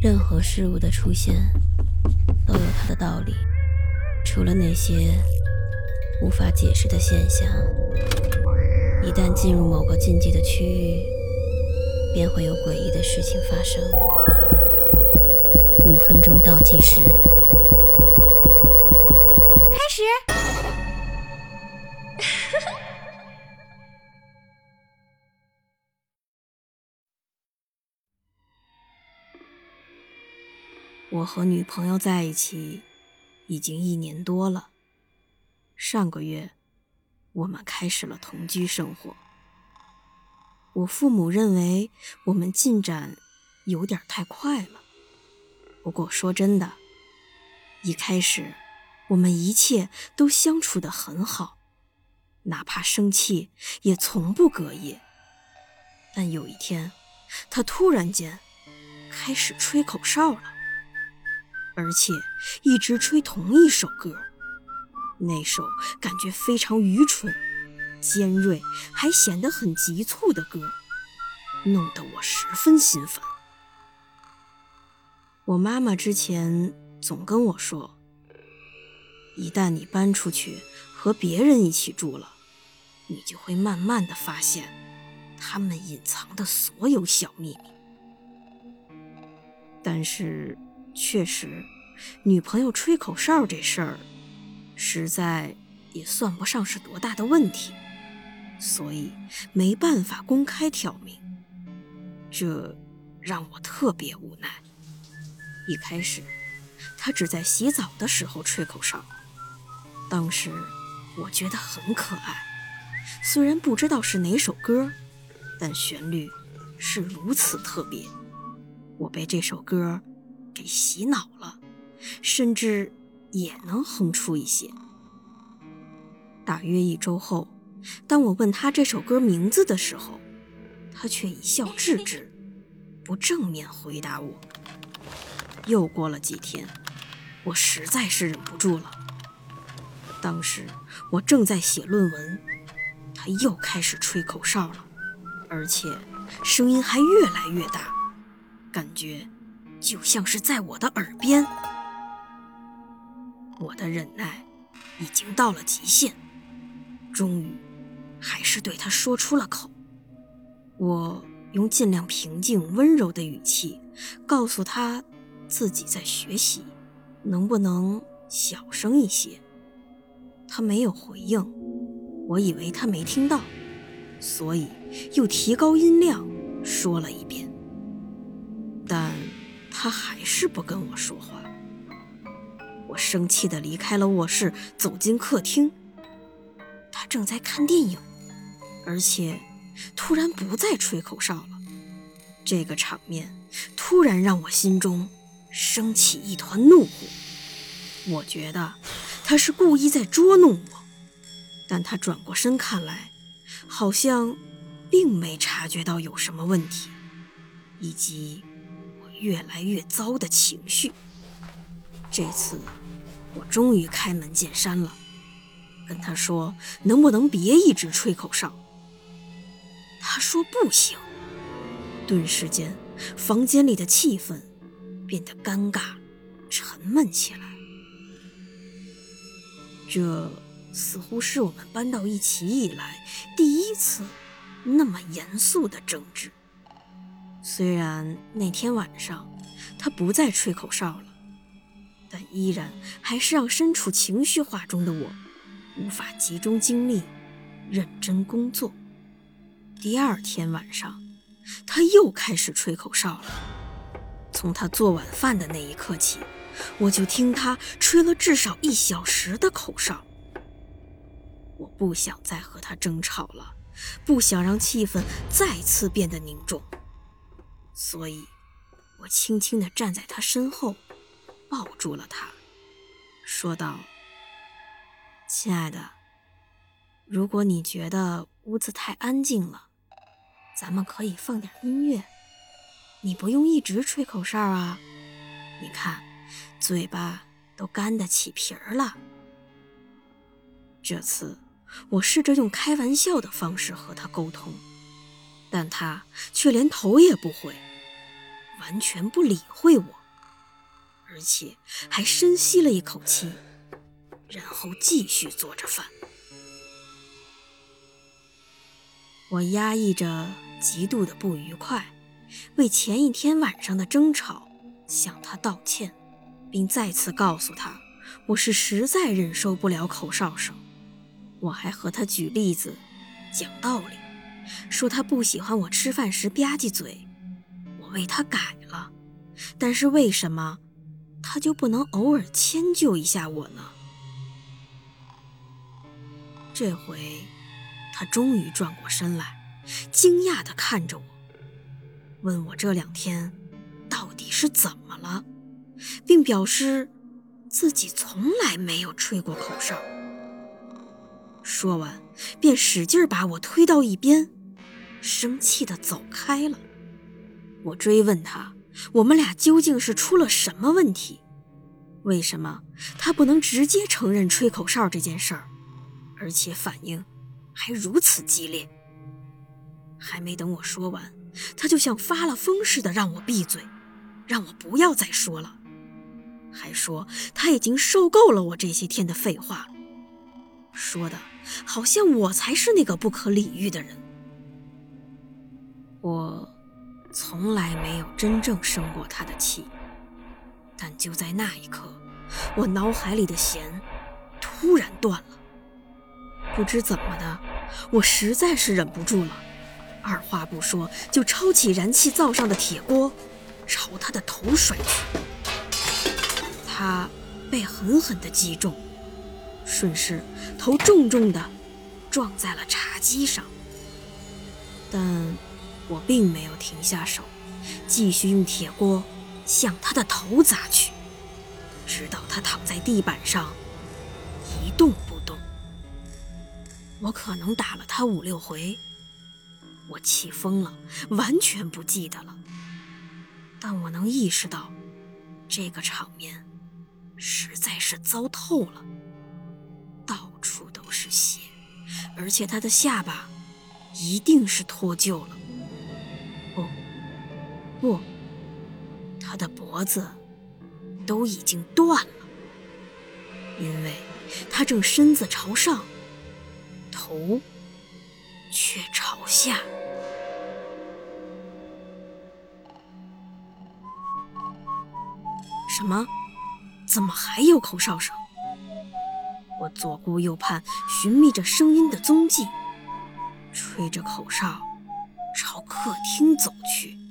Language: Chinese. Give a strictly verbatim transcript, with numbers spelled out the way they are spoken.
任何事物的出现都有它的道理，除了那些无法解释的现象，一旦进入某个禁忌的区域，便会有诡异的事情发生。五分钟倒计时，开始。我和女朋友在一起已经一年多了，上个月我们开始了同居生活。我父母认为我们进展有点太快了，不过说真的，一开始我们一切都相处得很好，哪怕生气也从不隔夜。但有一天，他突然间开始吹口哨了，而且一直吹同一首歌，那首感觉非常愚蠢、尖锐，还显得很急促的歌，弄得我十分心烦。我妈妈之前总跟我说，一旦你搬出去和别人一起住了，你就会慢慢地发现他们隐藏的所有小秘密。但是确实，女朋友吹口哨这事儿实在也算不上是多大的问题，所以没办法公开挑明，这让我特别无奈。一开始她只在洗澡的时候吹口哨，当时我觉得很可爱，虽然不知道是哪首歌，但旋律是如此特别，我被这首歌给洗脑了，甚至也能哼出一些。大约一周后，当我问他这首歌名字的时候，他却一笑置之，不正面回答我。又过了几天，我实在是忍不住了。当时我正在写论文，他又开始吹口哨了，而且声音还越来越大，感觉就像是在我的耳边。我的忍耐已经到了极限，终于还是对他说出了口。我用尽量平静温柔的语气告诉他自己在学习，能不能小声一些。他没有回应，我以为他没听到，所以又提高音量说了一遍，但他还是不跟我说话。我生气地离开了卧室，走进客厅，他正在看电影，而且突然不再吹口哨了。这个场面突然让我心中升起一团怒火，我觉得他是故意在捉弄我，但他转过身看来，好像并没察觉到有什么问题，以及我越来越糟的情绪。这次我终于开门见山了，跟他说能不能别一直吹口哨。他说不行。顿时间，房间里的气氛变得尴尬沉闷起来。这似乎是我们搬到一起以来第一次那么严肃的争执。虽然那天晚上他不再吹口哨了，但依然还是让身处情绪化中的我无法集中精力认真工作。第二天晚上，他又开始吹口哨了。从他做晚饭的那一刻起，我就听他吹了至少一小时的口哨。我不想再和他争吵了，不想让气氛再次变得凝重，所以我轻轻地站在他身后，抱住了他，说道：亲爱的，如果你觉得屋子太安静了，咱们可以放点音乐，你不用一直吹口哨啊，你看嘴巴都干得起皮儿了。这次我试着用开玩笑的方式和他沟通，但他却连头也不回。 完全不理会我，而且还深吸了一口气，然后继续做着饭。我压抑着极度的不愉快，为前一天晚上的争吵向他道歉，并再次告诉他我是实在忍受不了口哨声。我还和他举例子讲道理，说他不喜欢我吃饭时吧唧嘴，我为他改了，但是为什么他就不能偶尔迁就一下我呢？这回他终于转过身来，惊讶地看着我，问我这两天到底是怎么了，并表示自己从来没有吹过口哨。说完便使劲把我推到一边，生气地走开了。我追问他，我们俩究竟是出了什么问题？为什么他不能直接承认吹口哨这件事儿，而且反应还如此激烈？还没等我说完，他就像发了疯似的让我闭嘴，让我不要再说了，还说他已经受够了我这些天的废话，说的好像我才是那个不可理喻的人。我从来没有真正生过他的气，但就在那一刻，我脑海里的弦突然断了。不知怎么的，我实在是忍不住了，二话不说就抄起燃气灶上的铁锅朝他的头甩去。他被狠狠地击中，顺势头重重地撞在了茶几上，但我并没有停下手，继续用铁锅向他的头砸去，直到他躺在地板上一动不动。我可能打了他五六回，我气疯了，完全不记得了，但我能意识到这个场面实在是糟透了，到处都是血，而且他的下巴一定是脱臼了。不不，他的脖子都已经断了，因为他正身子朝上，头却朝下。什么？怎么还有口哨声？我左顾右盼，寻觅着声音的踪迹，吹着口哨朝客厅走去。